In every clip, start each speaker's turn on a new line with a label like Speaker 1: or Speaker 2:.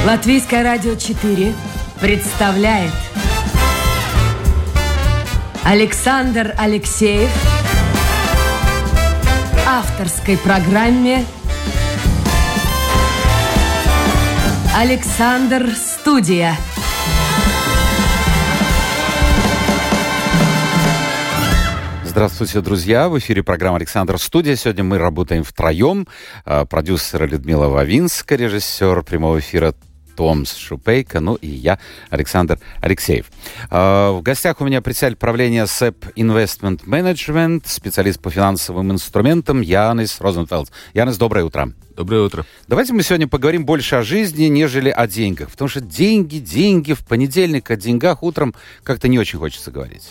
Speaker 1: Латвийское радио 4 представляет Александр Алексеев в авторской программе «Александр Студия».
Speaker 2: Здравствуйте, друзья! В эфире программа «Александр Студия». Сегодня мы работаем втроем. Продюсер Людмила Вавинска, режиссер прямого эфира Томс Шупейко, ну и я, Александр Алексеев. В гостях у меня председатель правления SEB Investment Management, специалист по финансовым инструментам Янис Розенфелдс. Янис, доброе утро.
Speaker 3: Доброе утро.
Speaker 2: Давайте мы сегодня поговорим больше о жизни, нежели о деньгах. Потому что деньги, в понедельник о деньгах утром как-то не очень хочется говорить.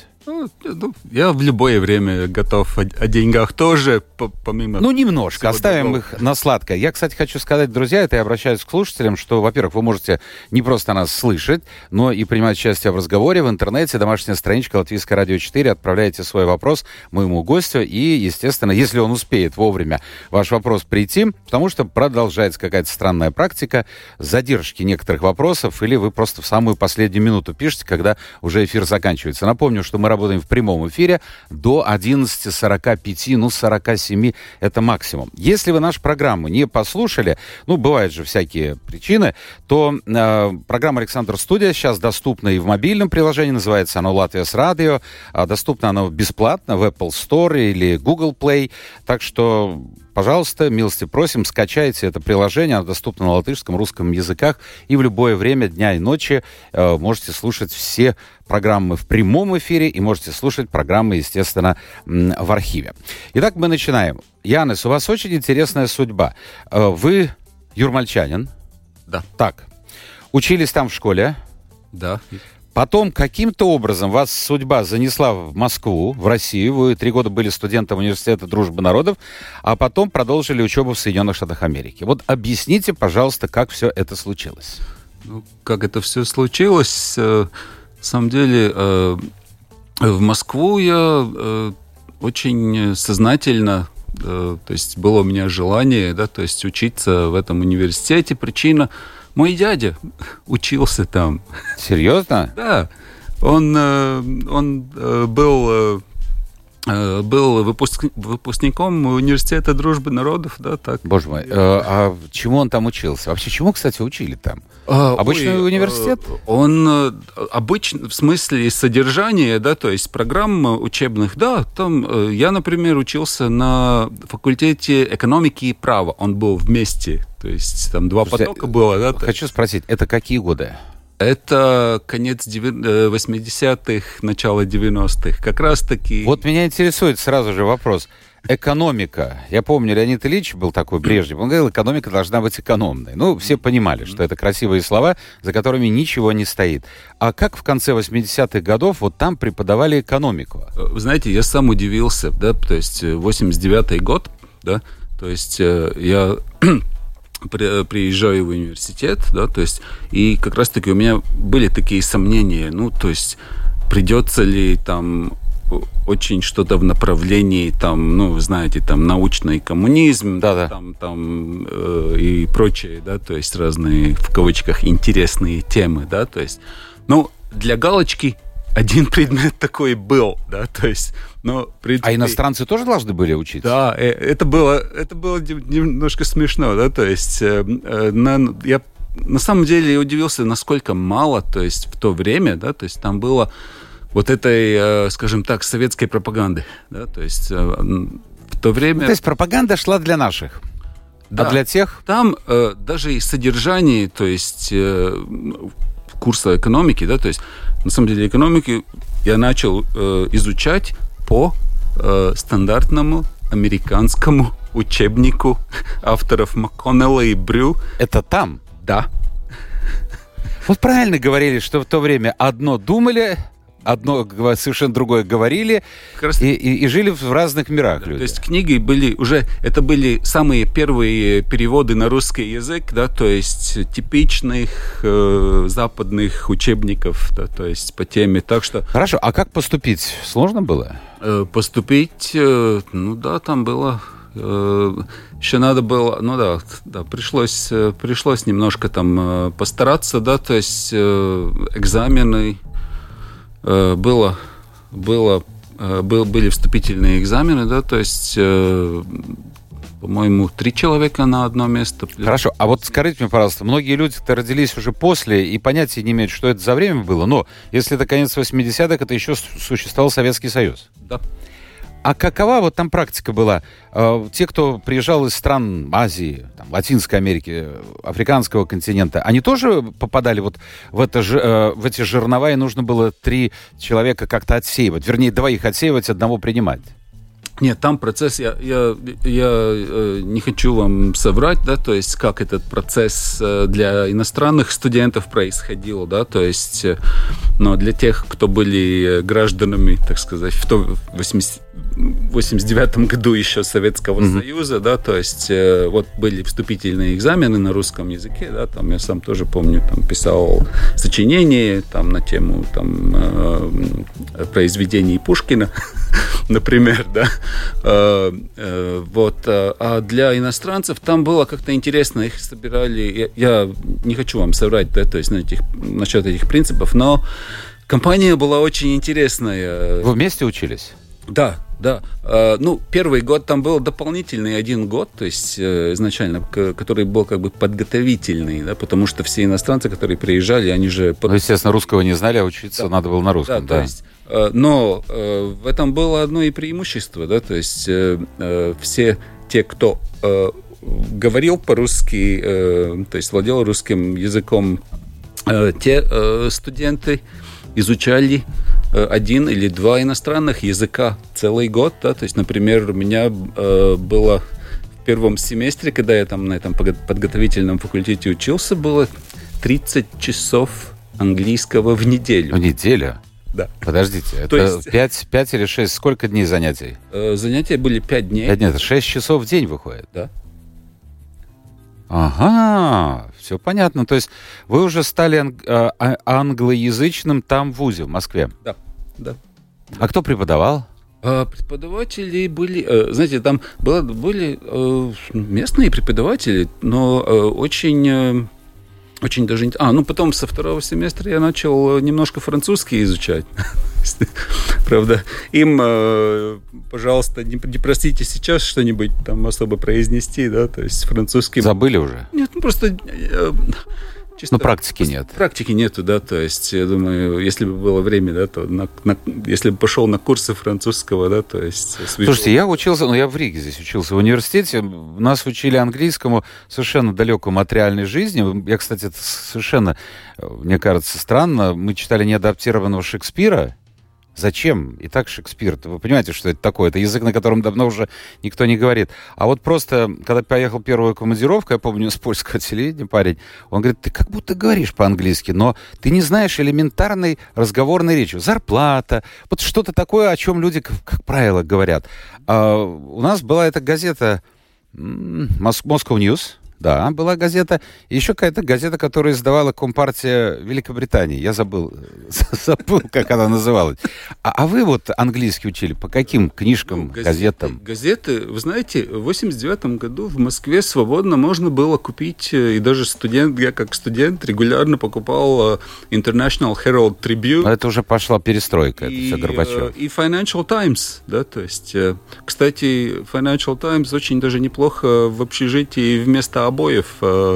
Speaker 3: Я в любое время готов о деньгах тоже, помимо...
Speaker 2: Немножко, оставим их на сладкое. Я, кстати, хочу сказать, друзья, это я обращаюсь к слушателям, что, во-первых, вы можете не просто нас слышать, но и принимать участие в разговоре в интернете. Домашняя страничка Латвийское радио 4. Отправляйте свой вопрос моему гостю. И, естественно, если он успеет вовремя ваш вопрос прийти, потому что продолжается какая-то странная практика, задержки некоторых вопросов, или вы просто в самую последнюю минуту пишете, когда уже эфир заканчивается. Напомню, что мы работаем в прямом эфире до 11:45, 47 это максимум. Если вы нашу программу не послушали, бывают же всякие причины, то программа «Александр Студия» сейчас доступна и в мобильном приложении, называется оно «Латвия с радио», доступно оно бесплатно в Apple Store или Google Play, так что... Пожалуйста, милости просим, скачайте это приложение, оно доступно на латышском, русском языках, и в любое время дня и ночи можете слушать все программы в прямом эфире и можете слушать программы, естественно, в архиве. Итак, мы начинаем. Янис, у вас очень интересная судьба. Вы юрмальчанин?
Speaker 3: Да.
Speaker 2: Так. Учились там в школе?
Speaker 3: Да.
Speaker 2: Потом каким-то образом вас судьба занесла в Москву, в Россию. Вы 3 года были студентом университета Дружбы народов, а потом продолжили учебу в Соединенных Штатах Америки. Вот объясните, пожалуйста, как все это случилось.
Speaker 3: Как это все случилось? На самом деле, в Москву я очень сознательно, то есть было у меня желание, то есть учиться в этом университете. Причина... Мой дядя учился там.
Speaker 2: Серьезно?
Speaker 3: Да. Он был выпускником университета Дружбы народов, да, так.
Speaker 2: Боже мой, а чему он там учился? Вообще, чему, кстати, учили там? Обычный университет?
Speaker 3: Он обычно, в смысле содержания, да, то есть программ учебных, да, там я, например, учился на факультете экономики и права, он был вместе, то есть там 2 потока было, да.
Speaker 2: Хочу спросить, это какие годы?
Speaker 3: Это конец 80-х, начало 90-х, как раз-таки...
Speaker 2: Вот меня интересует сразу же вопрос. Экономика. Я помню, Леонид Ильич был такой Брежнев. Он говорил, экономика должна быть экономной. Все понимали, что это красивые слова, за которыми ничего не стоит. А как в конце 80-х годов вот там преподавали экономику?
Speaker 3: Вы знаете, я сам удивился, да, то есть 89-й год, да, то есть я... приезжаю в университет, да, то есть, и как раз-таки у меня были такие сомнения, то есть, придется ли там очень что-то в направлении, там, вы знаете, там, научный коммунизм,
Speaker 2: да.
Speaker 3: там и прочее, да, то есть, разные, в кавычках, интересные темы, да, то есть, для галочки один предмет такой был, да, то есть, но...
Speaker 2: А иностранцы тоже должны были учиться?
Speaker 3: Да, это было немножко смешно, да, то есть, я на самом деле удивился, насколько мало, то есть, в то время, да, то есть, там было вот этой, скажем так, советской пропаганды, да, то есть, в то время...
Speaker 2: То есть, пропаганда шла для наших,
Speaker 3: да,
Speaker 2: а для тех...
Speaker 3: Там даже и содержание, то есть, курса экономики, да, то есть, на самом деле, экономики я начал изучать по стандартному американскому учебнику авторов МакКоннелла и Брю.
Speaker 2: Это там?
Speaker 3: Да.
Speaker 2: Вот правильно говорили, что в то время одно думали, одно совершенно другое говорили, и жили в разных мирах люди.
Speaker 3: То есть книги были уже, это были самые первые переводы на русский язык, да, то есть типичных западных учебников, да, то есть по теме, так что...
Speaker 2: Хорошо, а как поступить? Сложно было?
Speaker 3: Поступить, ну да, там было еще надо было, пришлось немножко там постараться, да, то есть экзамены, были вступительные экзамены, да, то есть, по-моему, 3 человека на одно место.
Speaker 2: Хорошо, а вот скажите мне, пожалуйста, многие люди-то родились уже после и понятия не имеют, что это за время было, но если это конец 80-х, это еще существовал Советский Союз.
Speaker 3: Да.
Speaker 2: А какова вот там практика была? Те, кто приезжал из стран Азии, там, Латинской Америки, африканского континента, они тоже попадали вот в эти жернова, и нужно было 3 человека как-то отсеивать, вернее, 2 отсеивать, 1 принимать?
Speaker 3: Нет, там процесс, я не хочу вам соврать, да, то есть как этот процесс для иностранных студентов происходил, да, то есть, но для тех, кто были гражданами, так сказать, в 89 году еще Советского Союза, да, то есть вот были вступительные экзамены на русском языке, да, там я сам тоже помню, там писал сочинение там на тему там произведений Пушкина, например, да. А для иностранцев там было как-то интересно, их собирали, я не хочу вам соврать, да, то есть насчет этих принципов, но компания была очень интересная.
Speaker 2: Вы вместе учились?
Speaker 3: Да. Первый год там был дополнительный 1 год, то есть изначально, который был как бы подготовительный, да, потому что все иностранцы, которые приезжали, они же...
Speaker 2: естественно, русского не знали, а учиться надо было на русском, да.
Speaker 3: То есть, но в этом было одно и преимущество, да, то есть все те, кто говорил по-русски, то есть владел русским языком, те студенты изучали 1 или 2 иностранных языка целый год, да, то есть, например, у меня было в первом семестре, когда я там на этом подготовительном факультете учился, было 30 часов английского в неделю.
Speaker 2: В неделю?
Speaker 3: Да.
Speaker 2: Подождите, это 5 или 6, сколько дней занятий?
Speaker 3: Занятия были 5 дней.
Speaker 2: 5 дней, это 6 часов в день выходит?
Speaker 3: Да.
Speaker 2: Ага, все понятно. То есть вы уже стали англоязычным там в ВУЗе, в Москве?
Speaker 3: Да.
Speaker 2: А кто преподавал?
Speaker 3: Преподаватели были... Знаете, там были местные преподаватели, но очень даже... потом со 2-го семестра я начал немножко французский изучать. Правда, им, пожалуйста, не простите сейчас что-нибудь там особо произнести, да, то есть французский...
Speaker 2: Забыли уже?
Speaker 3: Нет, просто...
Speaker 2: Чисто практики нет.
Speaker 3: Практики нету, да, то есть, я думаю, если бы было время, да, то если бы пошел на курсы французского, да, то есть...
Speaker 2: Слушайте, я учился, я в Риге здесь учился в университете, нас учили английскому совершенно далекому от реальной жизни. Я, кстати, это совершенно, мне кажется, странно. Мы читали неадаптированного Шекспира. Зачем? И так Шекспир. Вы понимаете, что это такое? Это язык, на котором давно уже никто не говорит. А вот просто, когда поехал первую командировку, я помню, с польского телевидения парень, он говорит, ты как будто говоришь по-английски, но ты не знаешь элементарной разговорной речи. Зарплата, вот что-то такое, о чем люди, как правило, говорят. У нас была эта газета Moscow News. Да, была газета. И еще какая-то газета, которую издавала Компартия Великобритании. Я забыл, как она называлась. А вы вот английский учили? По каким книжкам, газетам?
Speaker 3: Газеты, вы знаете, в 89 году в Москве свободно можно было купить, и даже я как студент регулярно покупал International Herald Tribune.
Speaker 2: Но это уже пошла перестройка, это все Горбачев.
Speaker 3: И Financial Times, да, то есть, кстати, Financial Times очень даже неплохо в общежитии вместо обоев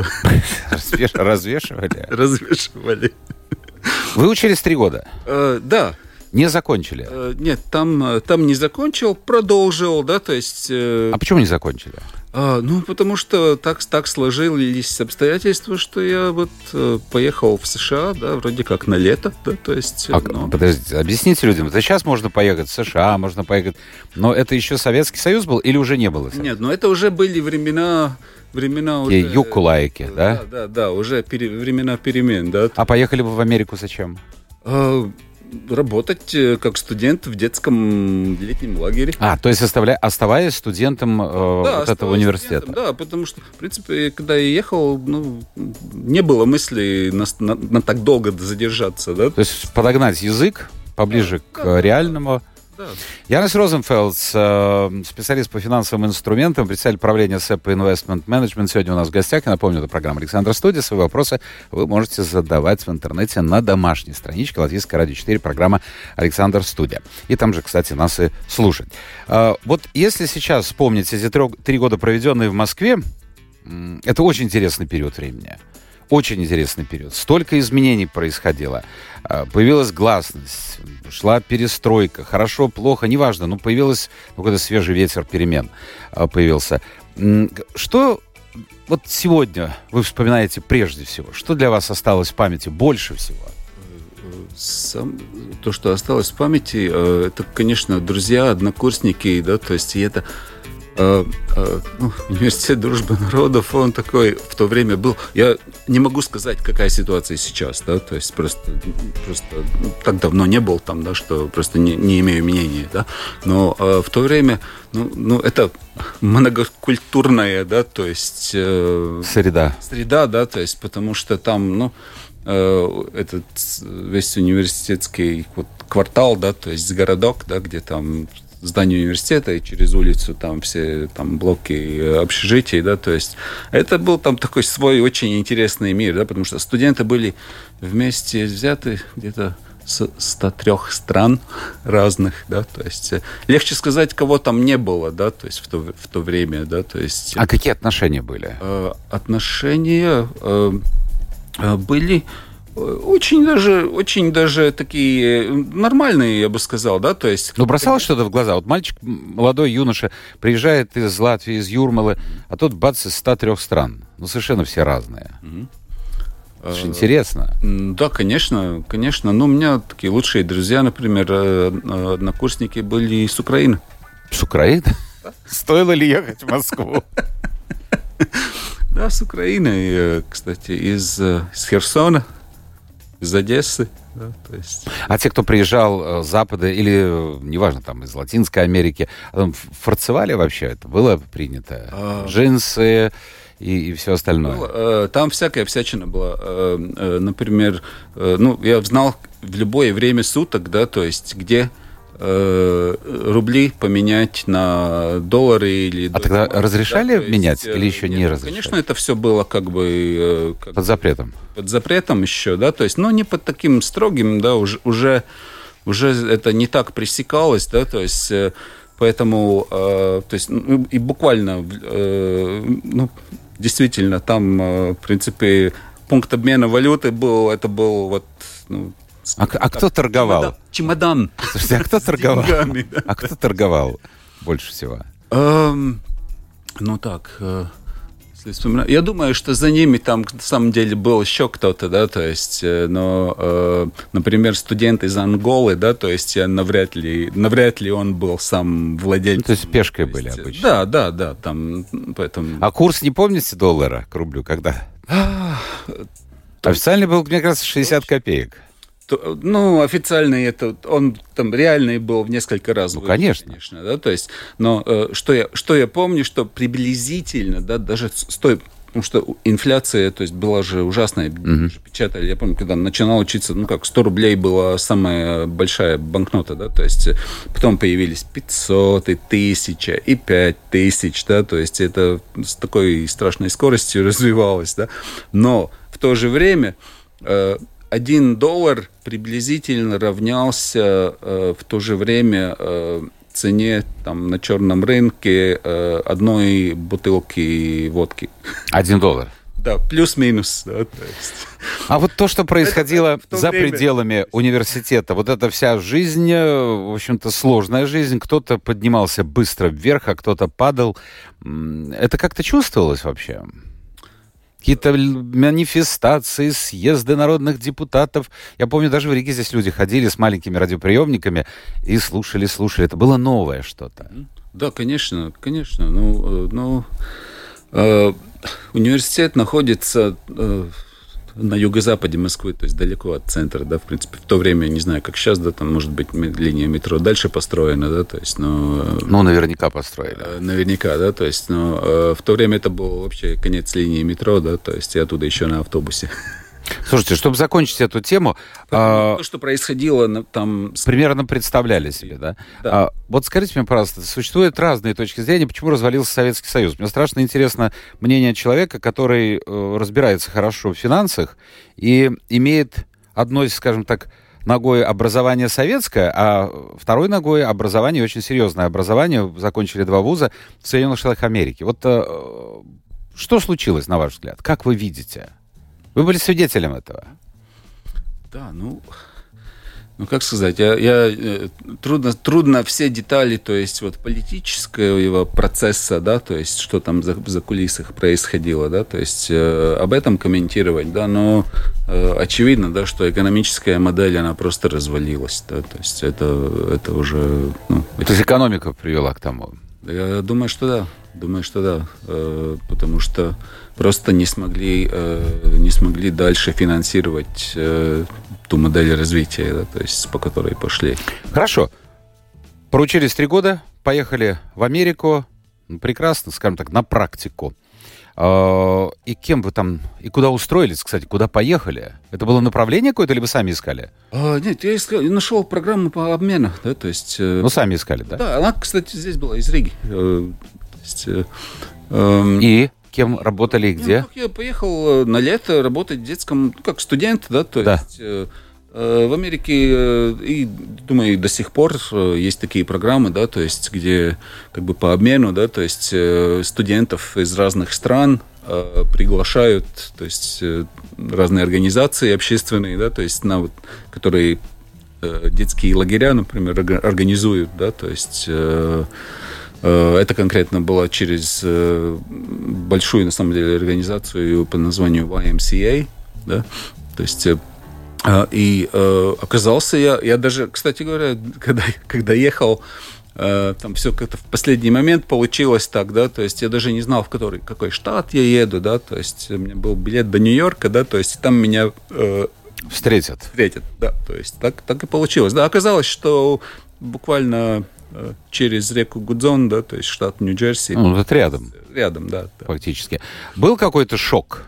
Speaker 2: развешивали.
Speaker 3: Развешивали.
Speaker 2: Вы учились 3 года?
Speaker 3: Да.
Speaker 2: Не закончили?
Speaker 3: Нет, там не закончил, продолжил, да, то есть...
Speaker 2: А почему не закончили?
Speaker 3: Потому что так сложились обстоятельства, что я вот поехал в США, да, вроде как на лето, да, то есть...
Speaker 2: Подождите, объясните людям, это сейчас можно поехать в США, можно поехать... Но это еще Советский Союз был или уже не было?
Speaker 3: Нет, это уже были времена уже...
Speaker 2: Юг-Кулайки, да?
Speaker 3: Да, уже времена перемен, да.
Speaker 2: А поехали вы в Америку зачем?
Speaker 3: Работать как студент в детском летнем лагере.
Speaker 2: То есть оставаясь студентом этого университета?
Speaker 3: Да, потому что, в принципе, когда я ехал, не было мысли на так долго задержаться, да.
Speaker 2: То есть подогнать язык поближе к реальному.
Speaker 3: Да.
Speaker 2: Янис Розенфелдс, специалист по финансовым инструментам, председатель правления SEP Investment Management. Сегодня у нас в гостях. Я напомню, это программа «Александр Студия». Свои вопросы вы можете задавать в интернете на домашней страничке Латвийское радио 4, программа «Александр Студия». И там же, кстати, нас и слушать. Вот если сейчас вспомнить эти 3 года, проведенные в Москве, это очень интересный период времени. Очень интересный период. Столько изменений происходило. Появилась гласность, шла перестройка. Хорошо, плохо, неважно, но появился какой-то свежий ветер перемен появился. Что вот сегодня вы вспоминаете прежде всего? Что для вас осталось в памяти больше всего?
Speaker 3: То, что осталось в памяти, это, конечно, друзья, однокурсники, да, то есть и это... Университет дружбы народов, он такой в то время был. Я не могу сказать, какая ситуация сейчас, да, то есть просто так давно не был там, да, что просто не имею мнения, да, но в то время, это многокультурная, да, то есть среда, да, то есть потому что там, этот весь университетский квартал, да, то есть городок, да, где там здание университета, и через улицу там все там блоки общежитий, да, то есть это был там такой свой очень интересный мир, да, потому что студенты были вместе взяты где-то с 103 стран разных, да, то есть легче сказать, кого там не было, да, то есть в то время, да, то есть...
Speaker 2: А какие отношения были?
Speaker 3: Отношения были... Очень даже такие нормальные, я бы сказал, да, то есть...
Speaker 2: бросалось что-то в глаза? Вот мальчик, молодой юноша, приезжает из Латвии, из Юрмалы, а тут бац, из 103 стран. Совершенно все разные. Очень интересно.
Speaker 3: Да, конечно. У меня такие лучшие друзья, например, однокурсники были с Украины.
Speaker 2: С Украины? Стоило ли ехать в Москву?
Speaker 3: Да, с Украины, кстати, из Херсона. Из Одессы, да, то есть...
Speaker 2: А те, кто приезжал с Запада или, неважно, там, из Латинской Америки, фарцевали вообще? Это было принято? Джинсы и все остальное?
Speaker 3: Там всякая всячина была. Например, я знал в любое время суток, да, то есть где рубли поменять на доллары или...
Speaker 2: тогда разрешали менять или еще не разрешали?
Speaker 3: Конечно, это все было как бы...
Speaker 2: Под запретом?
Speaker 3: Под запретом еще, да, то есть, не под таким строгим, да, уже это не так пресекалось, да, то есть, поэтому, то есть, и буквально, действительно, там, в принципе, пункт обмена валюты был, это был вот...
Speaker 2: А кто торговал?
Speaker 3: Чемодан.
Speaker 2: Слушайте, а кто торговал? Деньгами, да. А кто торговал больше всего?
Speaker 3: Если вспоминать, я думаю, что за ними там на самом деле был еще кто-то, да, то есть, например, студент из Анголы, да, то есть навряд ли он был сам владельцем.
Speaker 2: То есть пешкой были обычно.
Speaker 3: Да, там, поэтому...
Speaker 2: А курс, не помните, доллара к рублю когда? Официальный был, мне кажется, 60 копеек.
Speaker 3: Официальный он там реальный был в несколько раз.
Speaker 2: Конечно,
Speaker 3: да, то есть, но что я помню, что приблизительно, да, даже стоит, потому что инфляция, то есть, была же ужасная, печатали, я помню, когда начинал учиться, 100 рублей была самая большая банкнота, да, то есть, потом появились 500, и 1000, и 5000, да, то есть, это с такой страшной скоростью развивалось, да, но в то же время... $1 приблизительно равнялся в то же время цене там, на черном рынке одной бутылки водки.
Speaker 2: $1?
Speaker 3: Да, плюс-минус. Да, то есть.
Speaker 2: А вот то, что происходило за пределами университета, вот эта вся жизнь, в общем-то, сложная жизнь, кто-то поднимался быстро вверх, а кто-то падал. Это как-то чувствовалось вообще? Какие-то манифестации, съезды народных депутатов. Я помню, даже в Риге здесь люди ходили с маленькими радиоприемниками и слушали. Это было новое что-то.
Speaker 3: Да, конечно. Университет находится на юго-западе Москвы, то есть далеко от центра, да, в принципе. В то время, не знаю, как сейчас, да, там, может быть, линия метро дальше построена, да, то есть,
Speaker 2: наверняка построили.
Speaker 3: Наверняка, да, то есть, в то время это был вообще конец линии метро, да, то есть, и оттуда еще на автобусе.
Speaker 2: Слушайте, чтобы закончить эту тему...
Speaker 3: То, что происходило там...
Speaker 2: Примерно представляли себе, да?
Speaker 3: Да.
Speaker 2: Вот скажите мне, пожалуйста, существуют разные точки зрения, почему развалился Советский Союз. Мне страшно интересно мнение человека, который разбирается хорошо в финансах и имеет одной, скажем так, ногой образование советское, а второй ногой образование, очень серьезное образование. Закончили 2 вуза в Соединенных Штатах Америки. Вот что случилось, на ваш взгляд? Как вы видите? Вы были свидетелем этого.
Speaker 3: Да, как сказать, трудно все детали, то есть вот политического его процесса, да, то есть что там за кулисах происходило, да, то есть об этом комментировать, да, но очевидно, да, что экономическая модель, она просто развалилась, да, то есть это уже...
Speaker 2: То есть экономика привела к тому?
Speaker 3: Я думаю, что да, потому что просто не смогли дальше финансировать ту модель развития, да, то есть по которой пошли.
Speaker 2: Хорошо. Проучились 3 года, поехали в Америку, прекрасно, скажем так, на практику. И кем вы там, и куда устроились, кстати, куда поехали? Это было направление какое-то, или вы сами искали?
Speaker 3: Нет, я нашел программу по обмену, да, то есть...
Speaker 2: сами искали, да?
Speaker 3: Да, она, кстати, здесь была, из Риги.
Speaker 2: И кем работали и где?
Speaker 3: Я поехал на лето работать в детском, как студент, да, то есть в Америке, и, думаю, до сих пор есть такие программы, да, то есть где как бы по обмену, да, то есть студентов из разных стран приглашают, то есть разные организации общественные, да, то есть которые детские лагеря, например, организуют, да, то есть это конкретно было через большую, на самом деле, организацию по названию YMCA, да, то есть и оказался я даже, кстати говоря, когда ехал, там все как-то в последний момент получилось так, да, то есть я даже не знал, в какой штат я еду, да, то есть у меня был билет до Нью-Йорка, да, то есть там меня
Speaker 2: встретят,
Speaker 3: да, то есть так и получилось, да, оказалось, что буквально через реку Гудзон, да, то есть штат Нью-Джерси.
Speaker 2: Вот рядом.
Speaker 3: Рядом, да.
Speaker 2: Фактически. Был какой-то шок?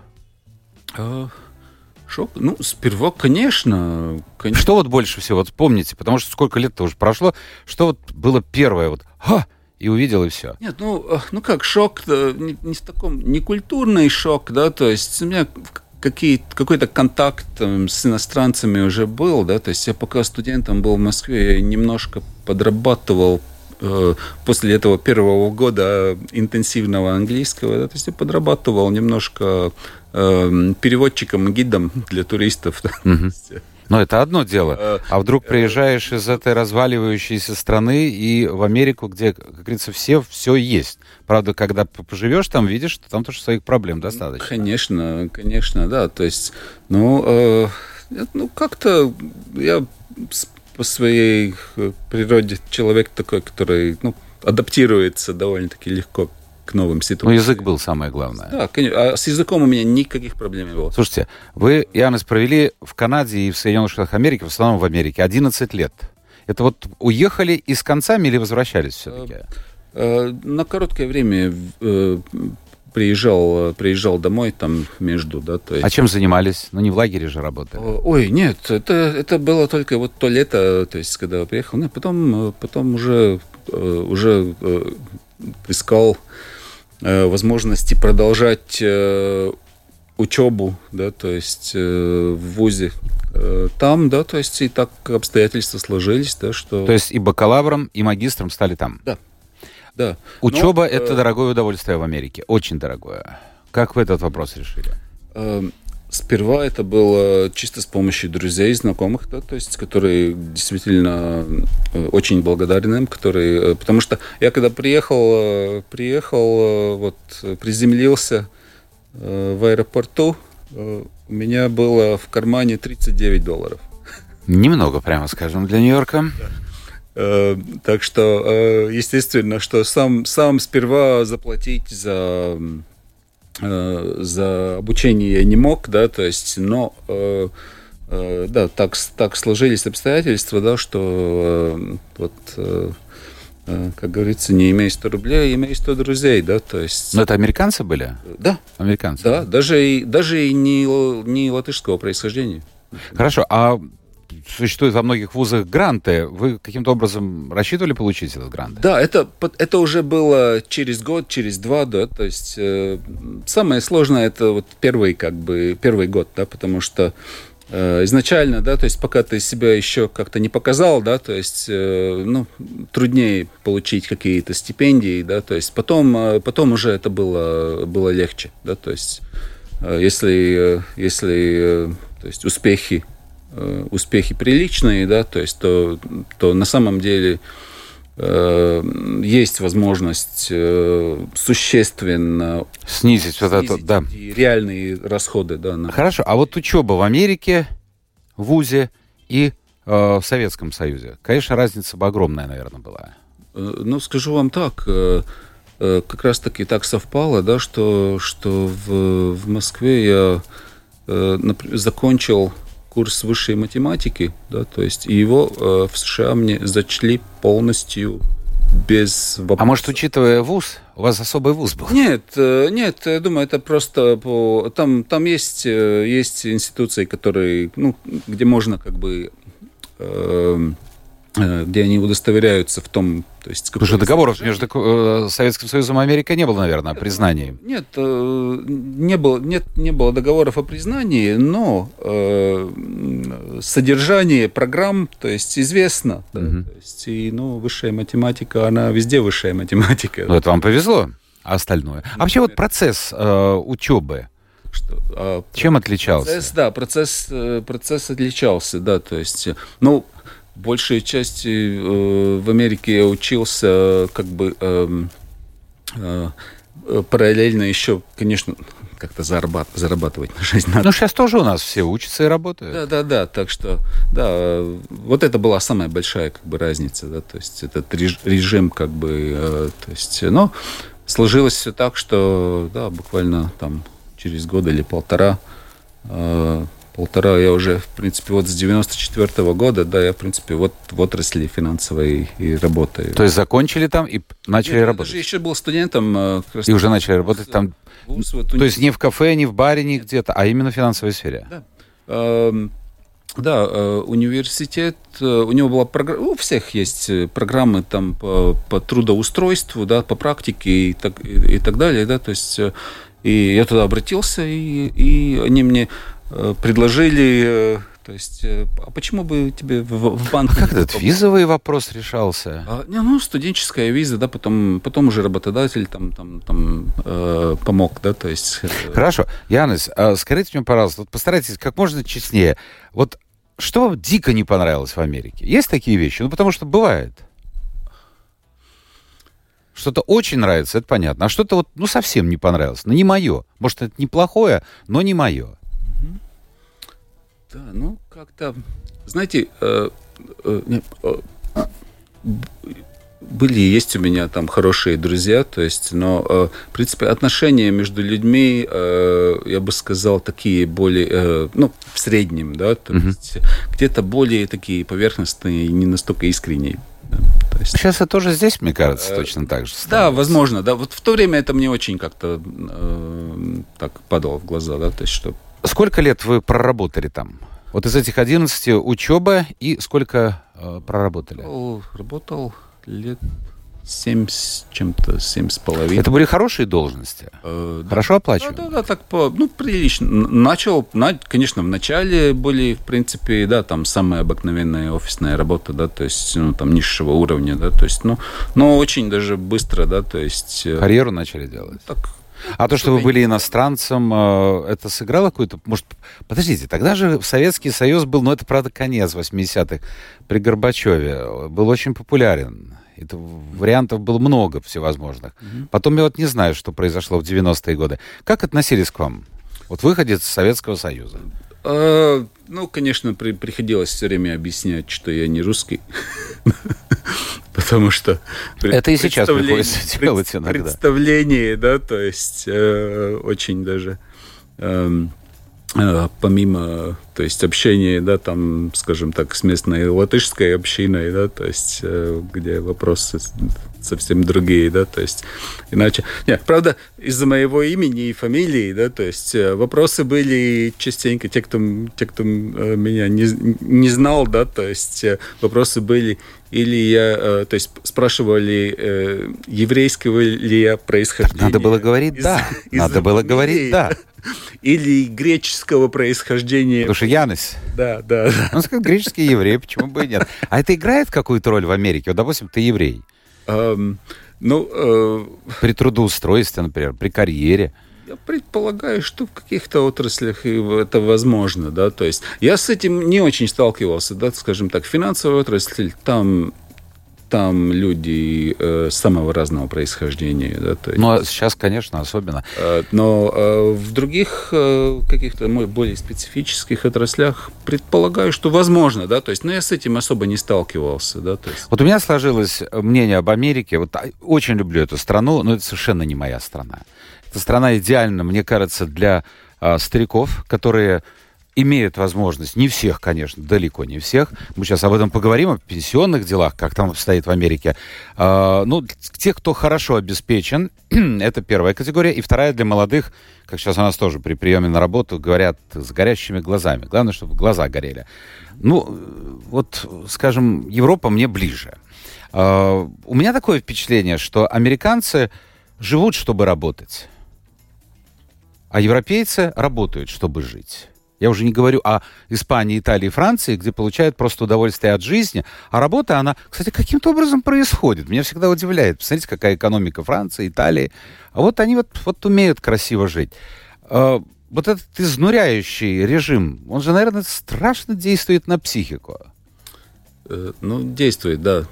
Speaker 3: Шок? Сперва, конечно.
Speaker 2: Что вот больше всего, вот помните, потому что сколько лет-то уже прошло, что вот было первое, вот, и увидел, и все?
Speaker 3: Нет, как шок, не в таком, не культурный шок, да, то есть у меня какой-то контакт с иностранцами уже был, да, то есть я пока студентом был в Москве, я немножко подрабатывал после этого первого года интенсивного английского, да, то есть я подрабатывал немножко переводчиком, гидом для туристов.
Speaker 2: Но это одно дело. А вдруг приезжаешь из этой разваливающейся страны и в Америку, где, как говорится, все есть. Правда, когда поживешь там, видишь, что там тоже своих проблем достаточно.
Speaker 3: Конечно, да. То есть, как-то я по своей природе человек такой, который, адаптируется довольно-таки легко к новым ситуациям.
Speaker 2: Язык был самое главное.
Speaker 3: Да, конечно. А с языком у меня никаких проблем не было.
Speaker 2: Слушайте, вы, Янис, провели в Канаде и в Соединенных Штатах Америки, в основном в Америке, 11 лет. Это вот уехали и с концами или возвращались все-таки?
Speaker 3: На короткое время приезжал домой там между, да, то есть...
Speaker 2: А чем занимались? Не в лагере же работали.
Speaker 3: Ой, нет, это было только вот то лето, то есть когда приехал, потом уже искал возможности продолжать учебу, да, то есть в вузе там, да, то есть и так обстоятельства сложились, да, что...
Speaker 2: То есть и бакалавром, и магистром стали там?
Speaker 3: Да.
Speaker 2: Учеба — это дорогое удовольствие в Америке, очень дорогое. Как вы этот вопрос решили?
Speaker 3: Сперва это было чисто с помощью друзей, знакомых, да, то есть, которые действительно очень благодарны им, потому что я когда приехал, приземлился в аэропорту, у меня было в кармане $39.
Speaker 2: Немного, прямо скажем, для Нью-Йорка.
Speaker 3: Так что, естественно, что сам сперва заплатить за обучение я не мог, да, то есть, но да, так сложились обстоятельства, да, что как говорится, не имей 100 рублей, имей 100 друзей, да, то есть...
Speaker 2: Но это американцы были?
Speaker 3: Да.
Speaker 2: Американцы?
Speaker 3: Да, даже и не латышского происхождения.
Speaker 2: Хорошо, а существуют во многих вузах гранты. Вы каким-то образом рассчитывали получить этот грант?
Speaker 3: Да, это уже было через год, через два, да, то есть самое сложное это вот первый год, да, потому что изначально, да, то есть пока ты себя еще как-то не показал, да, то есть, труднее получить какие-то стипендии, да, то есть потом уже это было легче, да, то есть если то есть успехи приличные, да, то есть то на самом деле есть возможность существенно
Speaker 2: снизить вот это, да.
Speaker 3: Реальные расходы, да.
Speaker 2: Хорошо, а вот учеба в Америке, в ВУЗе и в Советском Союзе, конечно, разница бы огромная, наверное, была.
Speaker 3: Ну, скажу вам так, как раз-таки так совпало, да, что в Москве я закончил курс высшей математики, да, то есть и его в США мне зачли полностью без вопросов. А
Speaker 2: может, учитывая вуз, у вас особый вуз был?
Speaker 3: Нет, я думаю, это просто там есть институции, которые, где можно как бы где они удостоверяются в том, то есть...
Speaker 2: Потому что договоров между Советским Союзом и Америкой не было, наверное, о признании.
Speaker 3: Нет, не было договоров о признании, но содержание программ, то есть, известно. Да, то есть, и, высшая математика, она везде высшая математика.
Speaker 2: Ну, это вам повезло, а остальное? А вообще вот процесс учебы, чем отличался?
Speaker 3: Процесс отличался, да, то есть, большей части в Америке я учился как бы параллельно еще, конечно, как-то зарабатывать на жизнь надо.
Speaker 2: Ну, сейчас тоже у нас все учатся и работают.
Speaker 3: Да, так что, да, вот это была самая большая как бы разница, да, то есть этот режим как бы, то есть, сложилось все так, что, да, буквально там через год или полтора я уже, в принципе, вот с 94-го года, да, я, в принципе, вот в отрасли финансовой и работаю.
Speaker 2: То есть закончили там и начали работать?
Speaker 3: Я даже еще был студентом.
Speaker 2: И уже начали работать там? То есть не в кафе, не в баре, не где-то, а именно в финансовой сфере?
Speaker 3: Да, университет, у него была программа, у всех есть программы там по трудоустройству, да, по практике и так далее, да, то есть, и я туда обратился, и они мне предложили, то есть, а почему бы тебе в банк...
Speaker 2: А как этот визовый вопрос решался?
Speaker 3: Студенческая виза, да, потом уже работодатель там помог, да, то есть...
Speaker 2: Хорошо. Янис, скажите мне, пожалуйста, вот постарайтесь как можно честнее. Вот что вам дико не понравилось в Америке? Есть такие вещи? Потому что бывает. Что-то очень нравится, это понятно. А что-то вот, совсем не понравилось. Не мое. Может, это неплохое, но не мое.
Speaker 3: Да, как-то, знаете, есть у меня там хорошие друзья, то есть, но, в принципе, отношения между людьми, я бы сказал, такие более, в среднем, да, то есть, где-то более такие поверхностные и не настолько искренние. Да, то есть,
Speaker 2: сейчас это тоже здесь, мне кажется, точно так же становится.
Speaker 3: Да, возможно, да, вот в то время это мне очень как-то так падало в глаза, да, то есть, что...
Speaker 2: Сколько лет вы проработали там? Вот из этих 11 учеба и сколько проработали?
Speaker 3: Работал лет 7 с чем-то, 7,5.
Speaker 2: Это были хорошие должности? Хорошо оплачиваемые?
Speaker 3: Да, так прилично. Конечно, в начале были, в принципе, да, там самая обыкновенная офисная работа, да, то есть, там низшего уровня, да, то есть, но очень даже быстро, да, то есть...
Speaker 2: Карьеру начали делать?
Speaker 3: Так.
Speaker 2: А то, что вы были иностранцем, это сыграло какую-то... Может, подождите, тогда же Советский Союз был, это, правда, конец 80-х, при Горбачеве, был очень популярен. Это, вариантов было много всевозможных. Потом я не знаю, что произошло в 90-е годы. Как относились к вам? Вот выходец из Советского Союза.
Speaker 3: Конечно, приходилось все время объяснять, что я не русский. Потому что...
Speaker 2: Это и сейчас приходится делать иногда.
Speaker 3: Представление, да, то есть очень даже помимо, то есть, общения, да, там, скажем так, с местной латышской общиной, да, то есть, где вопросы совсем другие, да, то есть, иначе... Нет, правда, из-за моего имени и фамилии, да, то есть, вопросы были частенько, те, кто меня не знал, да, то есть, вопросы были, или я, то есть, спрашивали, еврейского ли я происхождения.
Speaker 2: Надо было говорить «да». Надо было говорить «да».
Speaker 3: Или греческого происхождения.
Speaker 2: Потому что Янис.
Speaker 3: Да.
Speaker 2: Он сказал, греческий еврей, почему бы и нет. А это играет какую-то роль в Америке? Вот, допустим, ты еврей. При трудоустройстве, например, при карьере.
Speaker 3: Я предполагаю, что в каких-то отраслях это возможно, да, то есть я с этим не очень сталкивался, да, скажем так, финансовая отрасль, там люди самого разного происхождения. Да, то есть,
Speaker 2: ну, а сейчас, конечно, особенно.
Speaker 3: Но в других каких-то более специфических отраслях предполагаю, что возможно, да, то есть, но я с этим особо не сталкивался, да, то есть.
Speaker 2: Вот у меня сложилось мнение об Америке, вот очень люблю эту страну, но это совершенно не моя страна. Эта страна идеальна, мне кажется, для стариков, которые имеют возможность, не всех, конечно, далеко не всех. Мы сейчас об этом поговорим, о пенсионных делах, как там обстоит в Америке. Ну, тех, кто хорошо обеспечен, это первая категория. И вторая для молодых, как сейчас у нас тоже при приеме на работу говорят, с горящими глазами. Главное, чтобы глаза горели. Ну, вот, скажем, Европа мне ближе. У меня такое впечатление, что американцы живут, чтобы работать, а европейцы работают, чтобы жить. Я уже не говорю о Испании, Италии, Франции, где получают просто удовольствие от жизни. А работа, она, кстати, каким-то образом происходит. Меня всегда удивляет. Посмотрите, какая экономика Франции, Италии. А вот они вот умеют красиво жить. Вот этот изнуряющий режим, он же, наверное, страшно действует на психику.
Speaker 3: Ну, действует, да.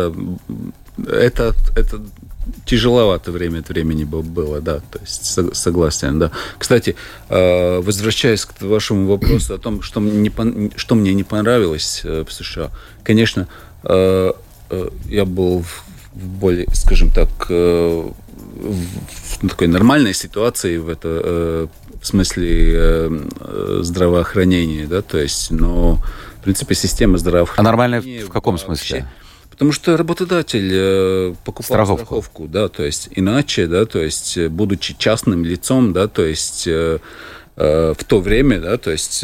Speaker 3: Это тяжеловато время от времени было, да, то есть согласен, да. Кстати, возвращаясь к вашему вопросу о том, что мне не понравилось в США, конечно, я был в более, скажем так, в такой нормальной ситуации в смысле здравоохранения, да, то есть, но, в принципе, система здравоохранения...
Speaker 2: А нормальная в каком смысле?
Speaker 3: Потому что работодатель покупал страховку, да, то есть иначе, да, то есть будучи частным лицом, да, то есть в то время, да, то есть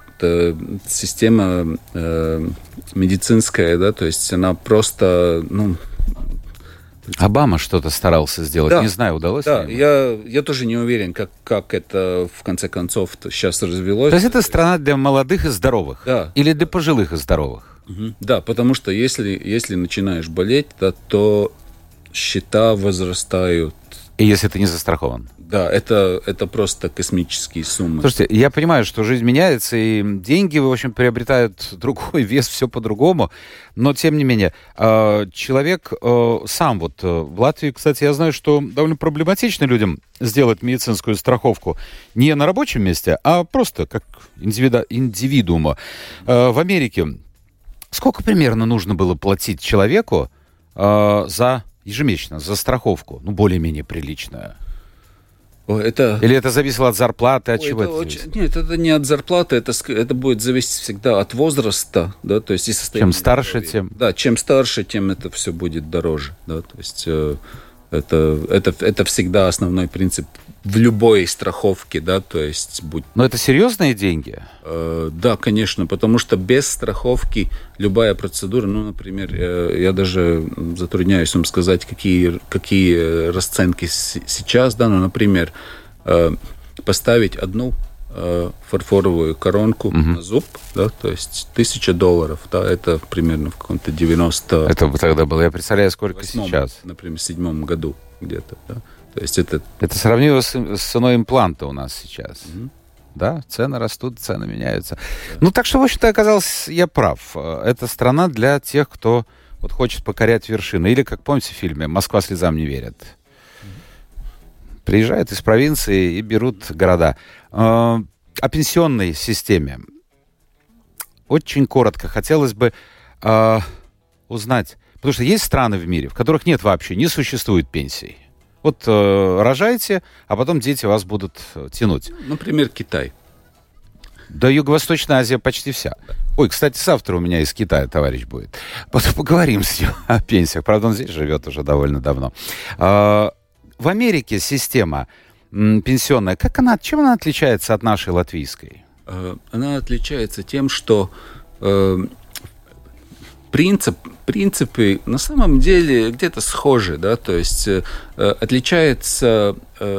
Speaker 3: система медицинская, да, то есть она просто, ну...
Speaker 2: Обама что-то старался сделать, да, не знаю, удалось ли ему?
Speaker 3: Да, я тоже не уверен, как это в конце концов сейчас развелось.
Speaker 2: То есть это страна для молодых и здоровых?
Speaker 3: Да.
Speaker 2: Или для пожилых и здоровых?
Speaker 3: Да, потому что если начинаешь болеть, да, то счета возрастают.
Speaker 2: И если ты не застрахован?
Speaker 3: Да, это просто космические суммы.
Speaker 2: Слушайте, я понимаю, что жизнь меняется, и деньги, в общем, приобретают другой вес, все по-другому, но, тем не менее, человек сам, вот в Латвии, кстати, я знаю, что довольно проблематично людям сделать медицинскую страховку не на рабочем месте, а просто как индивидуума. В Америке сколько примерно нужно было платить человеку ежемесячно за страховку, ну, более-менее приличную? Или это зависело от зарплаты, от чего это зависит?
Speaker 3: Нет, это не от зарплаты, это будет зависеть всегда от возраста, да, то есть и состояния.
Speaker 2: Чем старше, тем...
Speaker 3: Да, чем старше, тем это все будет дороже, да, то есть это всегда основной принцип в любой страховке, да, то есть будь...
Speaker 2: Но это серьезные деньги?
Speaker 3: Да, конечно, потому что без страховки любая процедура, ну, например, я даже затрудняюсь вам сказать, какие расценки сейчас, да, ну, например, поставить одну фарфоровую коронку на зуб, да, то есть $1000, да, это примерно в каком-то 90...
Speaker 2: Это тогда было, я представляю, сколько сейчас.
Speaker 3: Например, в 7 году где-то, да. То есть это
Speaker 2: сравнимо с ценой импланта у нас сейчас. Да, цены растут, цены меняются. Да. Ну, так что, в общем-то, оказался я прав. Это страна для тех, кто вот хочет покорять вершины. Или, как помните в фильме «Москва слезам не верит». Приезжают из провинции и берут города. О пенсионной системе. Очень коротко хотелось бы узнать. Потому что есть страны в мире, в которых нет вообще, не существует пенсий. Вот рожайте, а потом дети вас будут тянуть.
Speaker 3: Например, Китай.
Speaker 2: Да, Юго-Восточная Азия почти вся. Ой, кстати, завтра у меня из Китая товарищ будет. Потом поговорим с ним о пенсиях. Правда, он здесь живет уже довольно давно. В Америке система пенсионная, чем она отличается от нашей латвийской?
Speaker 3: Она отличается тем, что принципы на самом деле где-то схожи, да, то есть отличается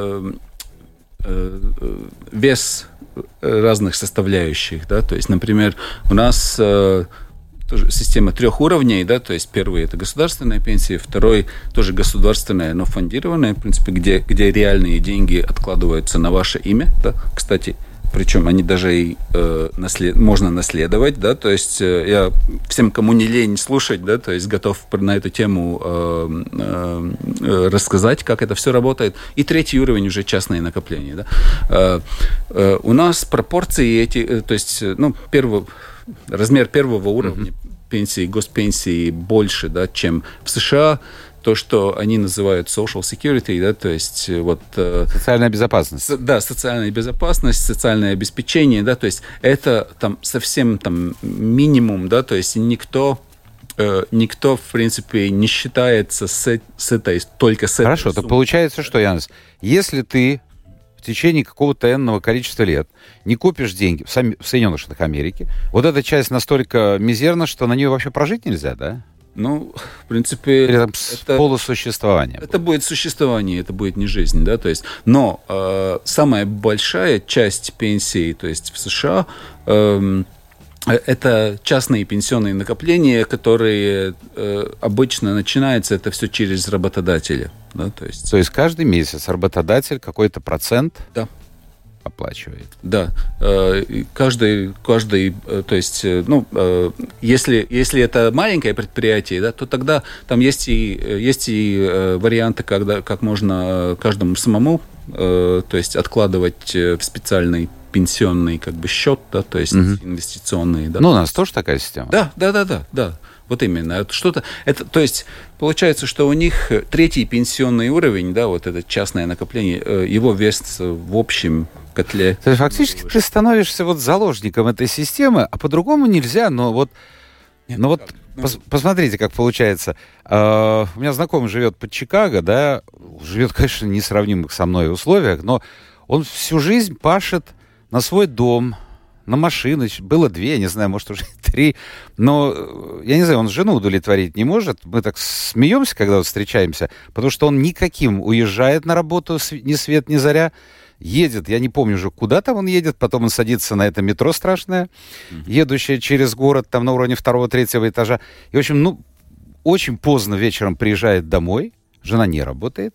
Speaker 3: вес разных составляющих, да, то есть, например, у нас тоже система 3 уровней, да, то есть первый это государственная пенсия, второй тоже государственная, но фондированная, в принципе, где реальные деньги откладываются на ваше имя, да, кстати. Причем они даже и можно наследовать, да, то есть я всем, кому не лень слушать, да, то есть готов на эту тему рассказать, как это все работает. И 3 уровень уже частные накопления, да. У нас пропорции эти, то есть, размер первого уровня пенсии, госпенсии больше, да, чем в США. То, что они называют social security, да, то есть вот...
Speaker 2: Социальная безопасность.
Speaker 3: Да, социальная безопасность, социальное обеспечение, да, то есть это там совсем там минимум, да, то есть никто, в принципе, не считается только с этой
Speaker 2: Хорошо, то получается, что, Янис, если ты в течение какого-то энного количества лет не купишь деньги в Соединенных Штатах Америки, вот эта часть настолько мизерна, что на нее вообще прожить нельзя, да?
Speaker 3: Ну, в принципе...
Speaker 2: Это полусуществование.
Speaker 3: Это будет существование, это будет не жизнь, да, то есть... Но самая большая часть пенсии, то есть в США, это частные пенсионные накопления, которые обычно начинаются, это все через работодателя, да, то есть...
Speaker 2: То есть каждый месяц работодатель какой-то процент...
Speaker 3: Да.
Speaker 2: Оплачивает.
Speaker 3: Да, каждый, то есть, если это маленькое предприятие, да, то тогда там есть и варианты, как можно каждому самому, то есть откладывать в специальный пенсионный как бы счет, да, то есть инвестиционный. Да.
Speaker 2: Ну, у нас тоже такая система.
Speaker 3: Да. Вот именно. Это, то есть, получается, что у них 3 пенсионный уровень, да, вот это частное накопление, его вес в общем котле.
Speaker 2: То есть, фактически ты становишься вот заложником этой системы, а по-другому нельзя, посмотрите, как получается. У меня знакомый живет под Чикаго, да, живет, конечно, в несравнимых со мной условиях, но он всю жизнь пашет на свой дом, на машины, было 2, я не знаю, может, уже 3, но, я не знаю, он жену удовлетворить не может, мы так смеемся, когда встречаемся, потому что он никаким уезжает на работу ни свет, ни заря, едет, я не помню уже, куда там он едет, потом он садится на это метро страшное, едущее через город, там на уровне 2-3 этажа, и, в общем, очень поздно вечером приезжает домой, жена не работает,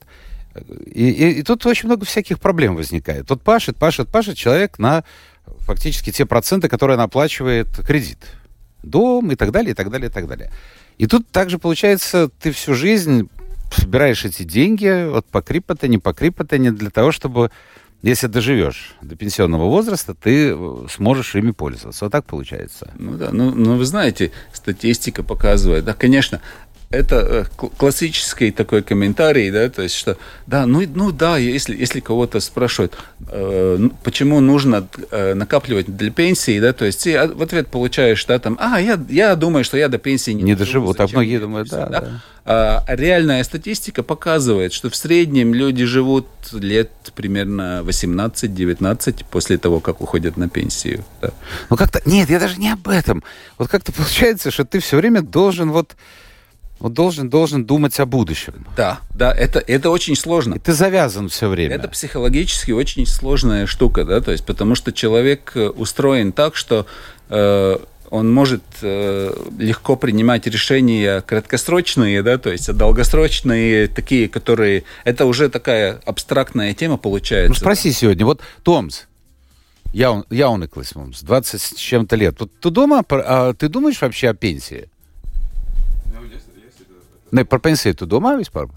Speaker 2: и тут очень много всяких проблем возникает. Тут пашет человек на фактически те проценты, которые он оплачивает кредит. Дом и так далее, и так далее, и так далее. И тут также, получается, ты всю жизнь собираешь эти деньги от покрипота, не для того, чтобы, если доживешь до пенсионного возраста, ты сможешь ими пользоваться. Вот так получается.
Speaker 3: Ну да, вы знаете, статистика показывает, да, конечно, это классический такой комментарий, да, то есть, что, да, если кого-то спрашивают, почему нужно накапливать для пенсии, да, то есть, в ответ получаешь, да, там, я думаю, что я до пенсии не
Speaker 2: доживу, так многие думают, да.
Speaker 3: А реальная статистика показывает, что в среднем люди живут лет примерно 18-19 после того, как уходят на пенсию, да.
Speaker 2: Ну как-то, нет, я даже не об этом. Вот как-то получается, что ты все время должен должен думать о будущем.
Speaker 3: Да, это очень сложно.
Speaker 2: И ты завязан все время.
Speaker 3: Это психологически очень сложная штука, да, то есть, потому что человек устроен так, что он может легко принимать решения краткосрочные, да, то есть, а долгосрочные такие, которые... Это уже такая абстрактная тема получается.
Speaker 2: Ну, спроси сегодня, вот, Томс, jauniklis mums, 20 с чем-то лет. Вот ты думаешь вообще о пенсии? Ne, par pensiju tu domā vispār?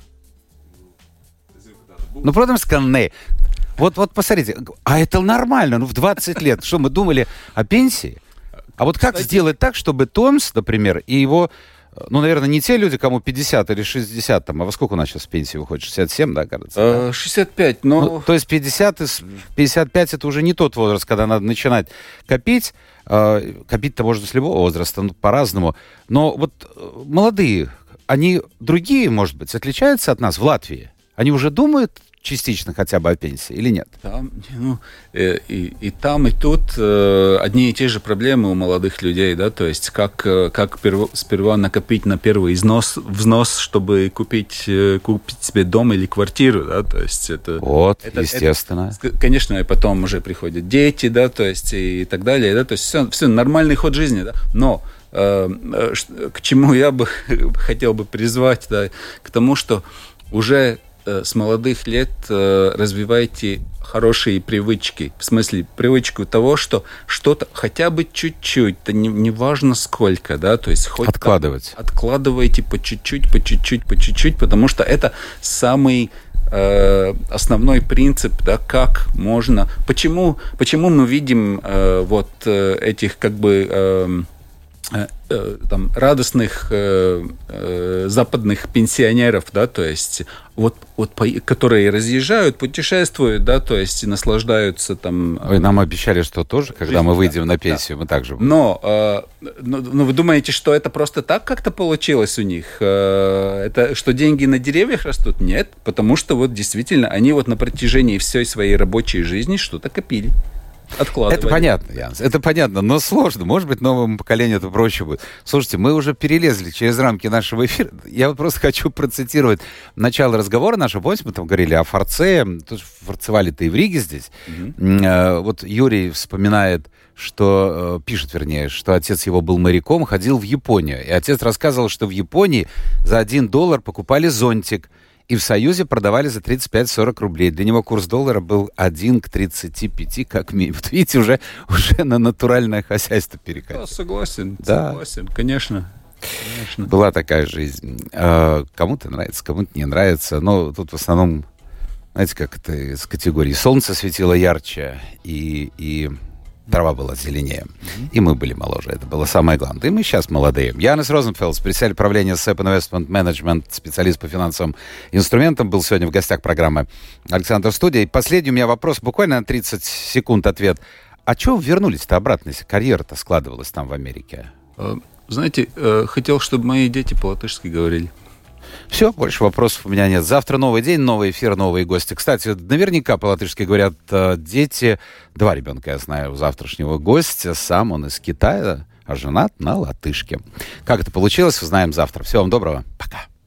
Speaker 2: Ну, protams, ka не. Вот посмотрите, а это нормально, в 20 лет. Что, мы думали о пенсии? А вот как сделать так, чтобы Томс, например, и его Ну, наверное, не те люди, кому 50 или 60, там, а во сколько у нас сейчас пенсии выходит? 67, да, кажется?
Speaker 3: 65, но...
Speaker 2: Ну, то есть 50 и 55 это уже не тот возраст, когда надо начинать копить. Копить-то можно с любого возраста, ну, по-разному. Но вот молодые, они другие, может быть, отличаются от нас в Латвии? Они уже думают частично хотя бы о пенсии или нет?
Speaker 3: Там, и там, и тут одни и те же проблемы у молодых людей, да, то есть как сперва накопить на первый взнос, чтобы купить себе дом или квартиру, да, то есть это...
Speaker 2: Вот, естественно.
Speaker 3: Конечно, и потом уже приходят дети, да, то есть и так далее, да, то есть все нормальный ход жизни, да, но к чему я бы хотел бы призвать, да, к тому, что уже с молодых лет развивайте хорошие привычки. В смысле, привычку того, что что-то хотя бы чуть-чуть, да не важно сколько, да, то есть хоть
Speaker 2: откладывать.
Speaker 3: Откладывайте по чуть-чуть, потому что это самый основной принцип, да, как можно... Почему мы видим вот этих как бы... там, радостных западных пенсионеров, да, то есть которые разъезжают, путешествуют, да, то есть и наслаждаются там...
Speaker 2: Ой, нам обещали, что тоже, когда мы выйдем на пенсию, мы также будем.
Speaker 3: Но вы думаете, что это просто так как-то получилось у них? Это что деньги на деревьях растут? Нет, потому что вот действительно они вот на протяжении всей своей рабочей жизни что-то копили. Откладывали.
Speaker 2: Это понятно, Янс, это понятно, но сложно. Может быть, новому поколению это проще будет. Слушайте, мы уже перелезли через рамки нашего эфира. Я вот просто хочу процитировать начало разговора нашего. Помните, мы там говорили о форце. Тут форцевали-то и в Риге здесь. Вот Юрий вспоминает, что, пишет, вернее, что отец его был моряком, ходил в Японию. И отец рассказывал, что в Японии за $1 покупали зонтик. И в Союзе продавали за 35-40 рублей. Для него курс доллара был 1 к 35, как минимум. Вот видите, уже на натуральное хозяйство перекатил.
Speaker 3: Да, согласен, конечно.
Speaker 2: Была такая жизнь. Кому-то нравится, кому-то не нравится. Но тут в основном, знаете, как это из категории. Солнце светило ярче, и трава была зеленее. И мы были моложе. Это было самое главное. И мы сейчас молодые. Янис Розенфелдс, председатель правления SEP Investment Management, специалист по финансовым инструментам, был сегодня в гостях программы «Александр Студия». И последний у меня вопрос, буквально на 30 секунд ответ. А чего вы вернулись-то обратно, если карьера-то складывалась там в Америке?
Speaker 3: Знаете, хотел, чтобы мои дети по-латышски говорили.
Speaker 2: Все, больше вопросов у меня нет. Завтра новый день, новый эфир, новые гости. Кстати, наверняка по-латышски говорят дети. 2 ребенка, я знаю, у завтрашнего гостя. Сам он из Китая, а женат на латышке. Как это получилось, узнаем завтра. Всего вам доброго. Пока.